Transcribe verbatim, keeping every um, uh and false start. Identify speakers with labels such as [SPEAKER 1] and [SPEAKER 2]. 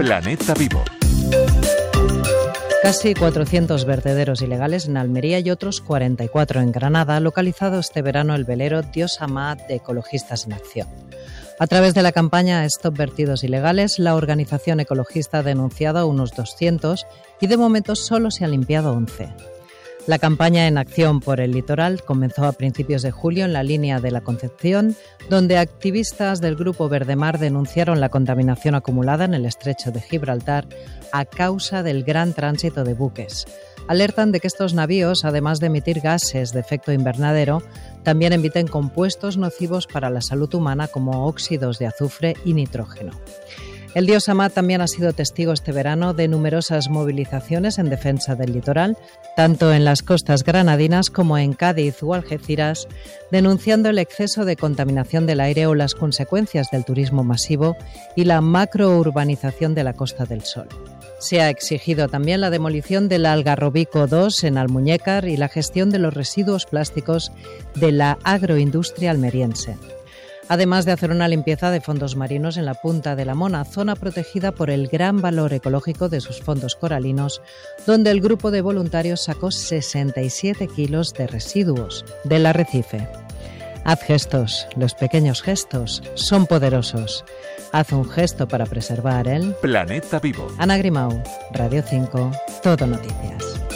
[SPEAKER 1] Planeta Vivo.
[SPEAKER 2] Casi cuatrocientos vertederos ilegales en Almería y otros cuarenta y cuatro en Granada ha localizado este verano el velero Dios Amá de Ecologistas en Acción. A través de la campaña Stop Vertidos Ilegales, la organización ecologista ha denunciado a unos doscientos y de momento solo se han limpiado once. La campaña En Acción por el Litoral comenzó a principios de julio en la línea de la Concepción, donde activistas del Grupo Verdemar denunciaron la contaminación acumulada en el estrecho de Gibraltar a causa del gran tránsito de buques. Alertan de que estos navíos, además de emitir gases de efecto invernadero, también emiten compuestos nocivos para la salud humana como óxidos de azufre y nitrógeno. El Dios Amá también ha sido testigo este verano de numerosas movilizaciones en defensa del litoral, tanto en las costas granadinas como en Cádiz o Algeciras, denunciando el exceso de contaminación del aire o las consecuencias del turismo masivo y la macrourbanización de la Costa del Sol. Se ha exigido también la demolición del Algarrobico dos en Almuñécar y la gestión de los residuos plásticos de la agroindustria almeriense, además de hacer una limpieza de fondos marinos en la Punta de la Mona, zona protegida por el gran valor ecológico de sus fondos coralinos, donde el grupo de voluntarios sacó sesenta y siete kilos de residuos del arrecife. Haz gestos, los pequeños gestos son poderosos. Haz un gesto para preservar el
[SPEAKER 1] Planeta Vivo.
[SPEAKER 2] Ana Grimau, Radio cinco, Todo Noticias.